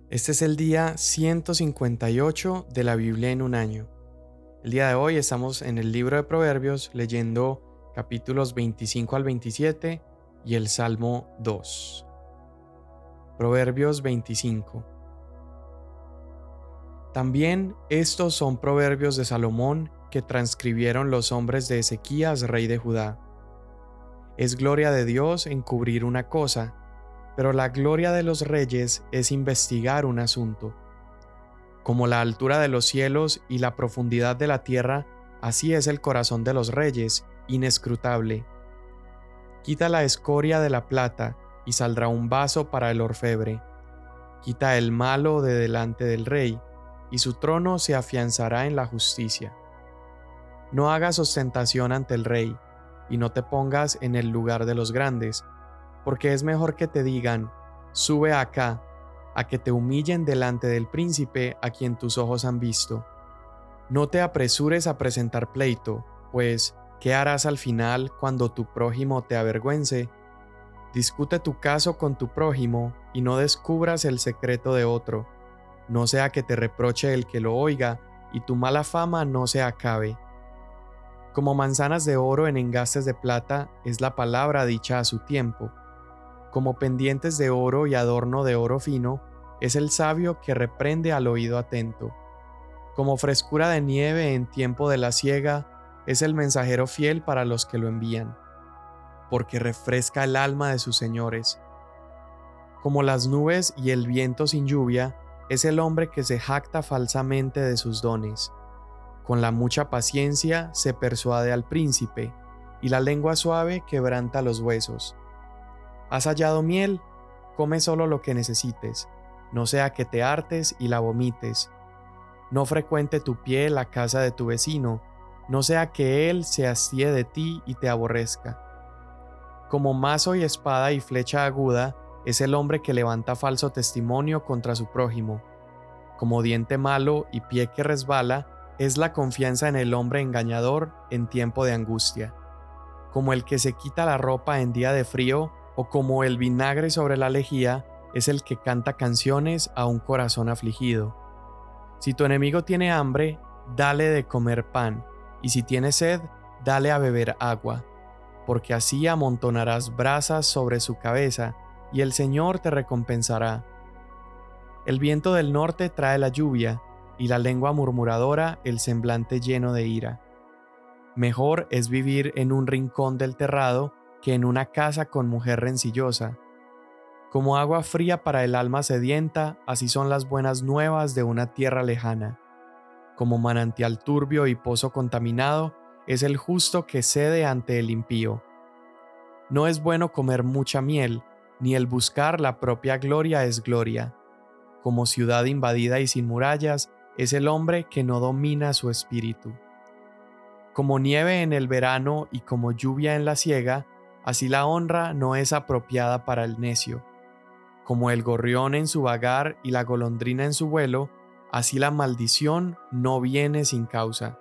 Este es el día 158 de la Biblia en un año. El día de hoy estamos en el libro de Proverbios leyendo capítulos 25 al 27 y el Salmo 2. Proverbios 25. También estos son proverbios de Salomón que transcribieron los hombres de Ezequías, rey de Judá. Es gloria de Dios encubrir una cosa, pero la gloria de los reyes es investigar un asunto. Como la altura de los cielos y la profundidad de la tierra, así es el corazón de los reyes, inescrutable. Quita la escoria de la plata, y saldrá un vaso para el orfebre. Quita el malo de delante del rey, y su trono se afianzará en la justicia. No hagas ostentación ante el rey, y no te pongas en el lugar de los grandes, porque es mejor que te digan, sube acá, a que te humillen delante del príncipe a quien tus ojos han visto. No te apresures a presentar pleito, pues, ¿qué harás al final cuando tu prójimo te avergüence? Discute tu caso con tu prójimo y no descubras el secreto de otro, no sea que te reproche el que lo oiga y tu mala fama no se acabe. Como manzanas de oro en engastes de plata es la palabra dicha a su tiempo. Como pendientes de oro y adorno de oro fino, es el sabio que reprende al oído atento. Como frescura de nieve en tiempo de la siega, es el mensajero fiel para los que lo envían, porque refresca el alma de sus señores. Como las nubes y el viento sin lluvia, es el hombre que se jacta falsamente de sus dones. Con la mucha paciencia se persuade al príncipe, y la lengua suave quebranta los huesos. ¿Has hallado miel? Come solo lo que necesites, no sea que te hartes y la vomites. No frecuente tu pie la casa de tu vecino, no sea que él se hastíe de ti y te aborrezca. Como mazo y espada y flecha aguda es el hombre que levanta falso testimonio contra su prójimo. Como diente malo y pie que resbala es la confianza en el hombre engañador en tiempo de angustia. Como el que se quita la ropa en día de frío, o como el vinagre sobre la lejía, es el que canta canciones a un corazón afligido. Si tu enemigo tiene hambre, dale de comer pan, y si tiene sed, dale a beber agua, porque así amontonarás brasas sobre su cabeza, y el Señor te recompensará. El viento del norte trae la lluvia, y la lengua murmuradora el semblante lleno de ira. Mejor es vivir en un rincón del terrado que en una casa con mujer rencillosa. Como agua fría para el alma sedienta, así son las buenas nuevas de una tierra lejana. Como manantial turbio y pozo contaminado, es el justo que cede ante el impío. No es bueno comer mucha miel, ni el buscar la propia gloria es gloria. Como ciudad invadida y sin murallas, es el hombre que no domina su espíritu. Como nieve en el verano y como lluvia en la siega, así la honra no es apropiada para el necio. Como el gorrión en su vagar y la golondrina en su vuelo, así la maldición no viene sin causa.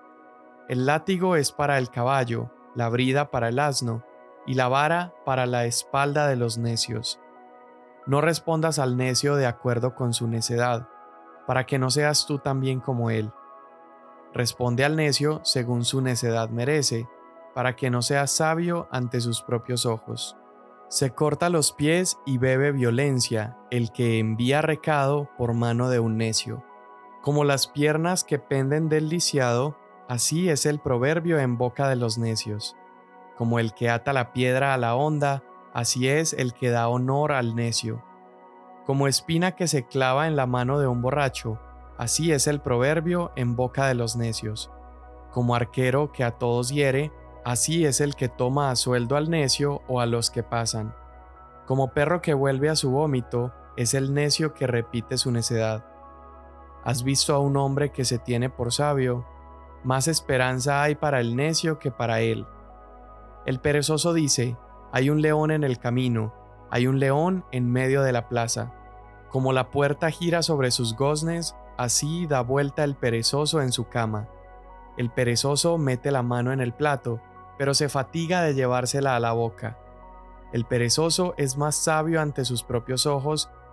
El látigo es para el caballo, la brida para el asno, y la vara para la espalda de los necios. No respondas al necio de acuerdo con su necedad, para que no seas tú también como él. Responde al necio según su necedad merece, para que no seas sabio ante sus propios ojos. Se corta los pies y bebe violencia el que envía recado por mano de un necio. Como las piernas que penden del lisiado, así es el proverbio en boca de los necios. Como el que ata la piedra a la honda, así es el que da honor al necio. Como espina que se clava en la mano de un borracho, así es el proverbio en boca de los necios. Como arquero que a todos hiere, así es el que toma a sueldo al necio o a los que pasan. Como perro que vuelve a su vómito, es el necio que repite su necedad. ¿Has visto a un hombre que se tiene por sabio? Más esperanza hay para el necio que para él. El perezoso dice, hay un león en el camino, hay un león en medio de la plaza. Como la puerta gira sobre sus goznes, así da vuelta el perezoso en su cama. El perezoso mete la mano en el plato, pero se fatiga de llevársela a la boca. El perezoso es más sabio ante sus propios ojos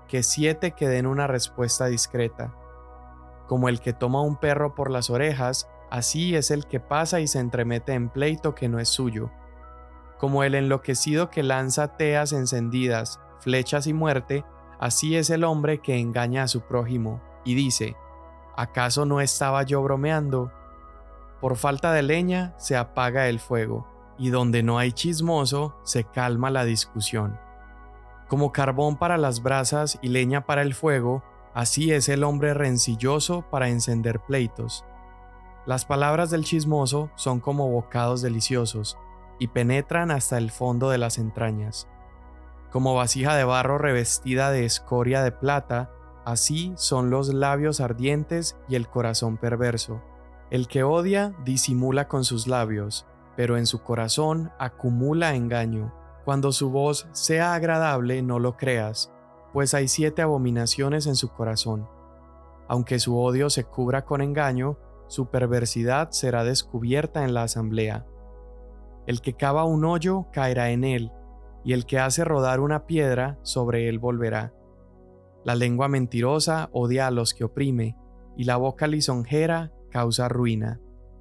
que 7 que den una respuesta discreta. Como el que toma un perro por las orejas, así es el que pasa y se entremete en pleito que no es suyo. Como el enloquecido que lanza teas encendidas, flechas y muerte, así es el hombre que engaña a su prójimo, y dice, ¿acaso no estaba yo bromeando? Por falta de leña se apaga el fuego, y donde no hay chismoso se calma la discusión. Como carbón para las brasas y leña para el fuego, así es el hombre rencilloso para encender pleitos. Las palabras del chismoso son como bocados deliciosos, y penetran hasta el fondo de las entrañas. Como vasija de barro revestida de escoria de plata, así son los labios ardientes y el corazón perverso. El que odia disimula con sus labios, pero en su corazón acumula engaño. Cuando su voz sea agradable, no lo creas, pues hay 7 abominaciones en su corazón. Aunque su odio se cubra con engaño, su perversidad será descubierta en la asamblea. El que cava un hoyo caerá en él, y el que hace rodar una piedra sobre él volverá. La lengua mentirosa odia a los que oprime, y la boca lisonjera causa ruina.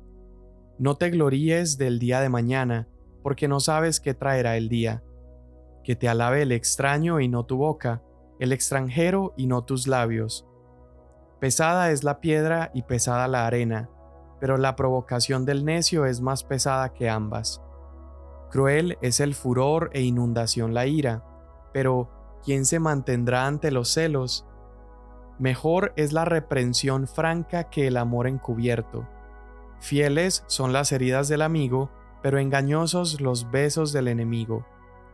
No te gloríes del día de mañana, porque no sabes qué traerá el día. Que te alabe el extraño y no tu boca, el extranjero y no tus labios. Pesada es la piedra y pesada la arena, pero la provocación del necio es más pesada que ambas. Cruel es el furor e inundación la ira, pero ¿quién se mantendrá ante los celos? Mejor es la reprensión franca que el amor encubierto. Fieles son las heridas del amigo, pero engañosos los besos del enemigo.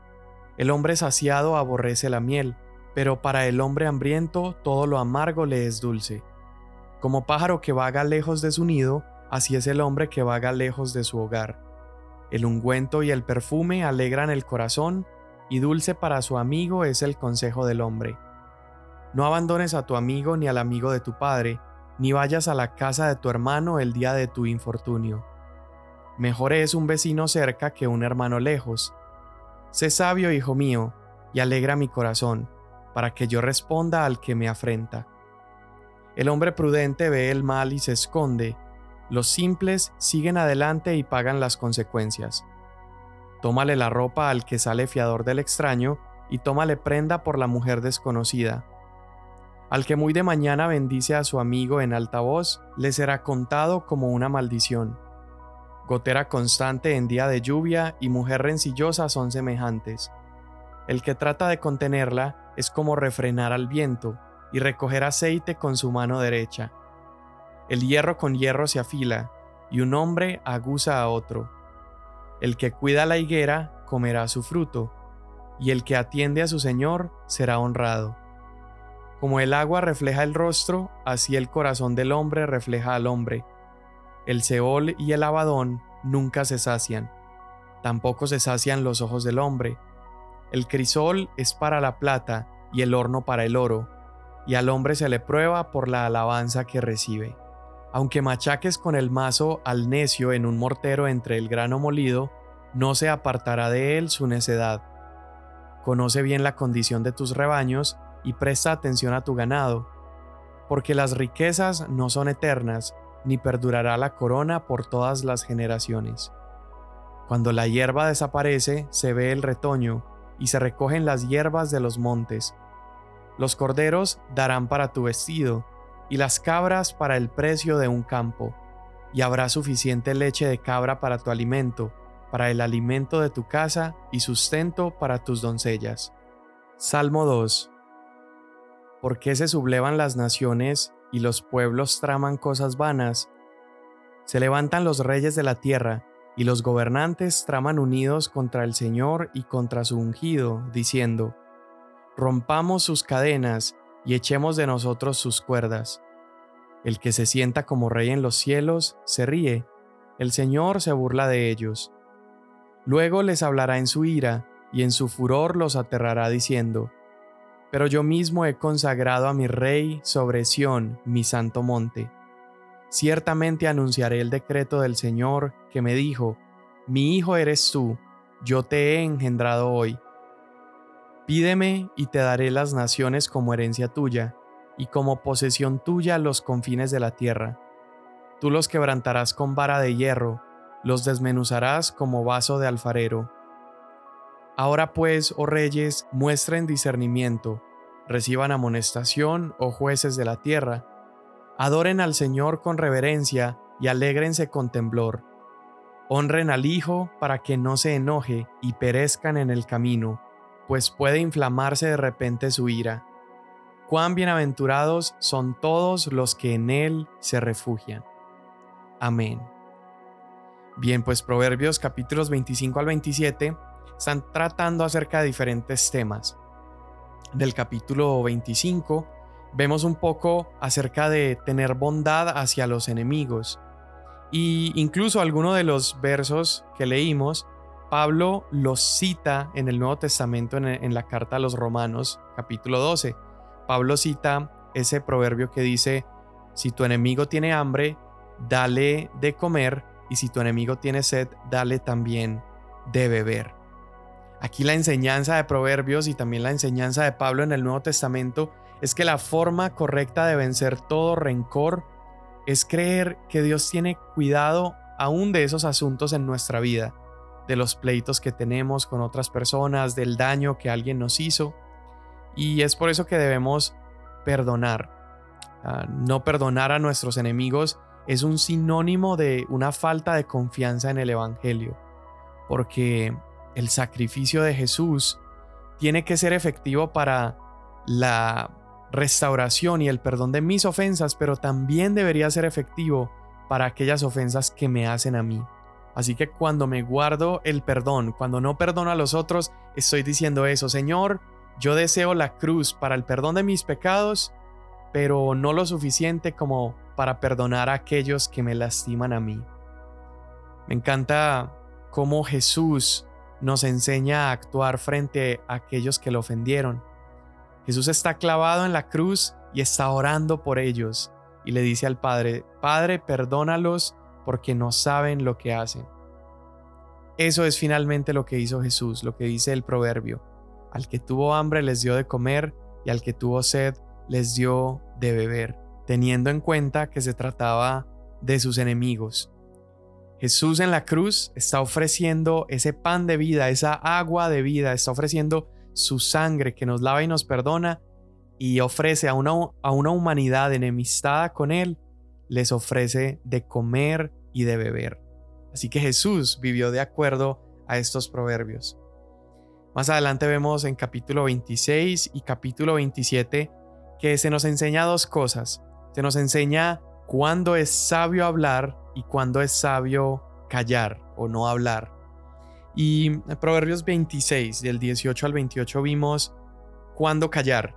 El hombre saciado aborrece la miel, pero para el hombre hambriento todo lo amargo le es dulce. Como pájaro que vaga lejos de su nido, así es el hombre que vaga lejos de su hogar. El ungüento y el perfume alegran el corazón, y dulce para su amigo es el consejo del hombre. No abandones a tu amigo ni al amigo de tu padre, ni vayas a la casa de tu hermano el día de tu infortunio. Mejor es un vecino cerca que un hermano lejos. Sé sabio, hijo mío, y alegra mi corazón, para que yo responda al que me afrenta. El hombre prudente ve el mal y se esconde, los simples siguen adelante y pagan las consecuencias. Tómale la ropa al que sale fiador del extraño, y tómale prenda por la mujer desconocida. Al que muy de mañana bendice a su amigo en alta voz, le será contado como una maldición. Gotera constante en día de lluvia y mujer rencillosa son semejantes. El que trata de contenerla es como refrenar al viento y recoger aceite con su mano derecha. El hierro con hierro se afila, y un hombre aguza a otro. El que cuida la higuera comerá su fruto, y el que atiende a su señor será honrado. Como el agua refleja el rostro, así el corazón del hombre refleja al hombre. El Seol y el Abadón nunca se sacian, tampoco se sacian los ojos del hombre. El crisol es para la plata y el horno para el oro, y al hombre se le prueba por la alabanza que recibe. Aunque machaques con el mazo al necio en un mortero entre el grano molido, no se apartará de él su necedad. Conoce bien la condición de tus rebaños y presta atención a tu ganado, porque las riquezas no son eternas, ni perdurará la corona por todas las generaciones. Cuando la hierba desaparece, se ve el retoño, y se recogen las hierbas de los montes. Los corderos darán para tu vestido, y las cabras para el precio de un campo, y habrá suficiente leche de cabra para tu alimento, para el alimento de tu casa y sustento para tus doncellas. Salmo 2. ¿Por qué se sublevan las naciones y los pueblos traman cosas vanas? Se levantan los reyes de la tierra, y los gobernantes traman unidos contra el Señor y contra su ungido, diciendo: rompamos sus cadenas y echemos de nosotros sus cuerdas. El que se sienta como rey en los cielos se ríe, el Señor se burla de ellos. Luego les hablará en su ira, y en su furor los aterrará diciendo: pero yo mismo he consagrado a mi rey sobre Sión, mi santo monte. Ciertamente anunciaré el decreto del Señor, que me dijo: mi hijo eres tú, yo te he engendrado hoy. Pídeme y te daré las naciones como herencia tuya, y como posesión tuya los confines de la tierra. Tú los quebrantarás con vara de hierro, los desmenuzarás como vaso de alfarero. Ahora pues, oh reyes, muestren discernimiento, reciban amonestación, oh jueces de la tierra. Adoren al Señor con reverencia y alégrense con temblor. Honren al Hijo para que no se enoje y perezcan en el camino, pues puede inflamarse de repente su ira. Cuán bienaventurados son todos los que en Él se refugian. Amén. Bien, pues Proverbios capítulos 25 al 27 están tratando acerca de diferentes temas. Del capítulo 25 vemos un poco acerca de tener bondad hacia los enemigos. Y incluso algunos de los versos que leímos, Pablo los cita en el Nuevo Testamento en la carta a los Romanos, capítulo 12. Pablo cita ese proverbio que dice: si tu enemigo tiene hambre, dale de comer, y si tu enemigo tiene sed, dale también de beber. Aquí la enseñanza de Proverbios y también la enseñanza de Pablo en el Nuevo Testamento es que la forma correcta de vencer todo rencor es creer que Dios tiene cuidado aún de esos asuntos en nuestra vida, de los pleitos que tenemos con otras personas, del daño que alguien nos hizo. Y es por eso que debemos perdonar. No perdonar a nuestros enemigos es un sinónimo de una falta de confianza en el Evangelio, porque el sacrificio de Jesús tiene que ser efectivo para la restauración y el perdón de mis ofensas, pero también debería ser efectivo para aquellas ofensas que me hacen a mí. Así que cuando me guardo el perdón, cuando no perdono a los otros, estoy diciendo eso: Señor, yo deseo la cruz para el perdón de mis pecados, pero no lo suficiente como para perdonar a aquellos que me lastiman a mí. Me encanta cómo Jesús nos enseña a actuar frente a aquellos que lo ofendieron. Jesús está clavado en la cruz y está orando por ellos y le dice al Padre: Padre, perdónalos porque no saben lo que hacen. Eso es finalmente lo que hizo Jesús, lo que dice el proverbio: al que tuvo hambre les dio de comer y al que tuvo sed les dio de beber, teniendo en cuenta que se trataba de sus enemigos. Jesús en la cruz está ofreciendo ese pan de vida, esa agua de vida, está ofreciendo su sangre que nos lava y nos perdona, y ofrece a una humanidad enemistada con Él, les ofrece de comer y de beber. Así que Jesús vivió de acuerdo a estos proverbios. Más adelante vemos en capítulo 26 y capítulo 27 que se nos enseña dos cosas. Se nos enseña cuándo es sabio hablar y cuándo es sabio callar o no hablar. Y en Proverbios 26, del 18 al 28 vimos cuándo callar.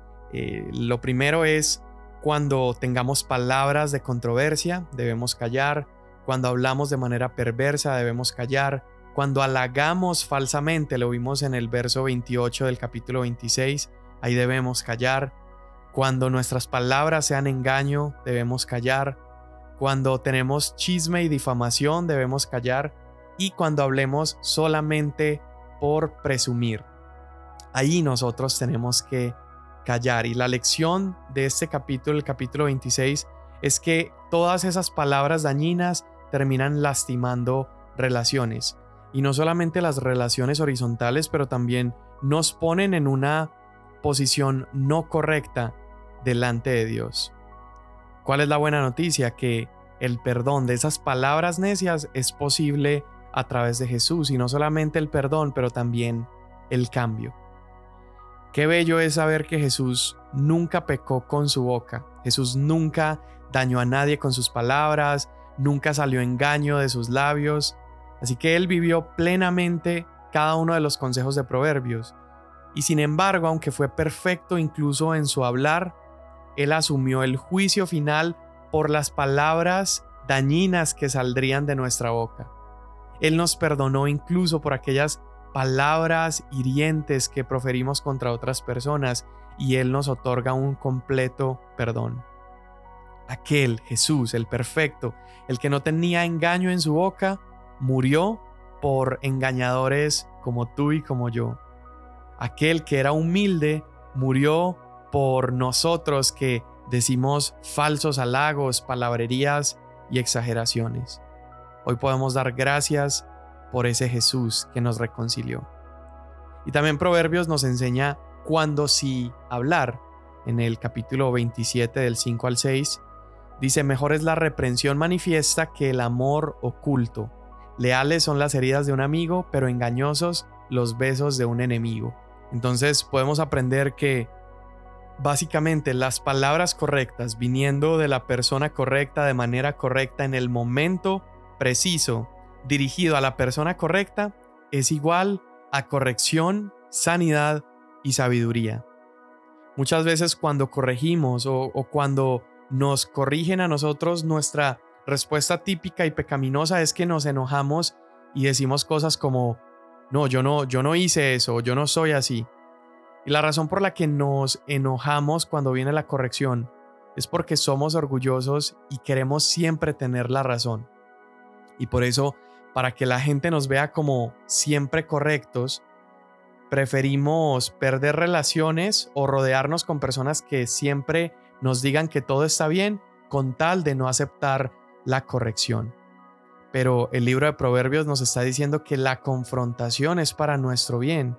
Lo primero es cuando tengamos palabras de controversia, debemos callar. Cuando hablamos de manera perversa, debemos callar. Cuando halagamos falsamente, lo vimos en el verso 28 del capítulo 26, ahí debemos callar. Cuando nuestras palabras sean engaño, debemos callar. Cuando tenemos chisme y difamación, debemos callar. Y cuando hablemos solamente por presumir, ahí nosotros tenemos que callar. Y la lección de este capítulo, el capítulo 26, es que todas esas palabras dañinas terminan lastimando relaciones. Y no solamente las relaciones horizontales, pero también nos ponen en una posición no correcta delante de Dios. ¿Cuál es la buena noticia? Que el perdón de esas palabras necias es posible a través de Jesús, y no solamente el perdón, pero también el cambio. Qué bello es saber que Jesús nunca pecó con su boca. Jesús nunca dañó a nadie con sus palabras, nunca salió engaño de sus labios. Así que Él vivió plenamente cada uno de los consejos de Proverbios. Y sin embargo, aunque fue perfecto incluso en su hablar, Él asumió el juicio final por las palabras dañinas que saldrían de nuestra boca. Él nos perdonó incluso por aquellas palabras hirientes que proferimos contra otras personas, y Él nos otorga un completo perdón. Aquel Jesús, el perfecto, el que no tenía engaño en su boca, murió por engañadores como tú y como yo. aquel que era humilde murió por nosotros que decimos falsos halagos, palabrerías y exageraciones. Hoy podemos dar gracias por ese Jesús que nos reconcilió. Y también Proverbios nos enseña cuándo sí hablar. En el capítulo 27 del 5 al 6 dice: mejor es la reprensión manifiesta que el amor oculto. Leales son las heridas de un amigo, pero engañosos los besos de un enemigo. Entonces podemos aprender que básicamente las palabras correctas, viniendo de la persona correcta, de manera correcta, en el momento preciso, dirigido a la persona correcta, es igual a corrección, sanidad y sabiduría. Muchas veces cuando corregimos o cuando nos corrigen a nosotros, nuestra respuesta típica y pecaminosa es que nos enojamos y decimos cosas como: no, yo no hice eso, yo no soy así. Y la razón por la que nos enojamos cuando viene la corrección es porque somos orgullosos y queremos siempre tener la razón. Y por eso, para que la gente nos vea como siempre correctos, preferimos perder relaciones o rodearnos con personas que siempre nos digan que todo está bien, con tal de no aceptar la corrección. Pero el libro de Proverbios nos está diciendo que la confrontación es para nuestro bien.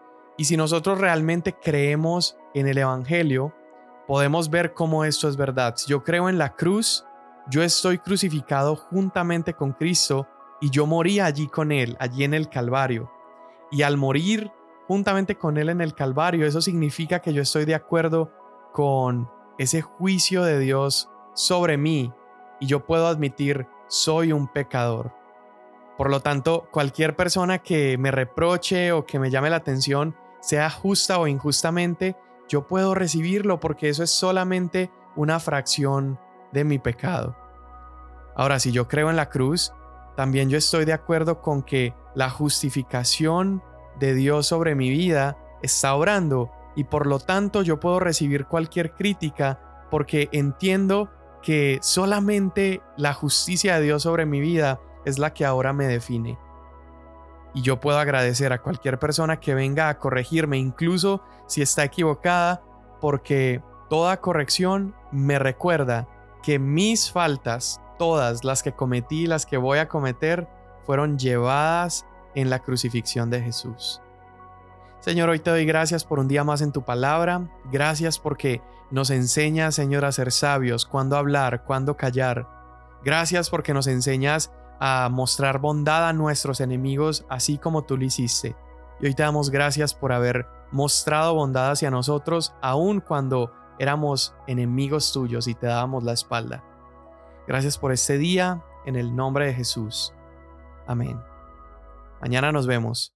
Y si nosotros realmente creemos en el Evangelio, podemos ver cómo esto es verdad. Si yo creo en la cruz, yo estoy crucificado juntamente con Cristo y yo morí allí con Él, allí en el Calvario. Y al morir juntamente con Él en el Calvario, eso significa que yo estoy de acuerdo con ese juicio de Dios sobre mí y yo puedo admitir: soy un pecador. Por lo tanto, cualquier persona que me reproche o que me llame la atención, sea justa o injustamente, yo puedo recibirlo porque eso es solamente una fracción de mi pecado. Ahora, si yo creo en la cruz, también yo estoy de acuerdo con que la justificación de Dios sobre mi vida está obrando y por lo tanto yo puedo recibir cualquier crítica porque entiendo que solamente la justicia de Dios sobre mi vida es la que ahora me define. Y yo puedo agradecer a cualquier persona que venga a corregirme, incluso si está equivocada, porque toda corrección me recuerda que mis faltas, todas las que cometí y las que voy a cometer, fueron llevadas en la crucifixión de Jesús. Señor, hoy te doy gracias por un día más en tu palabra. Gracias porque nos enseñas, Señor, a ser sabios, cuándo hablar, cuándo callar. Gracias porque nos enseñas a mostrar bondad a nuestros enemigos, así como tú lo hiciste. Y hoy te damos gracias por haber mostrado bondad hacia nosotros, aun cuando éramos enemigos tuyos y te dábamos la espalda. Gracias por este día, en el nombre de Jesús. Amén. Mañana nos vemos.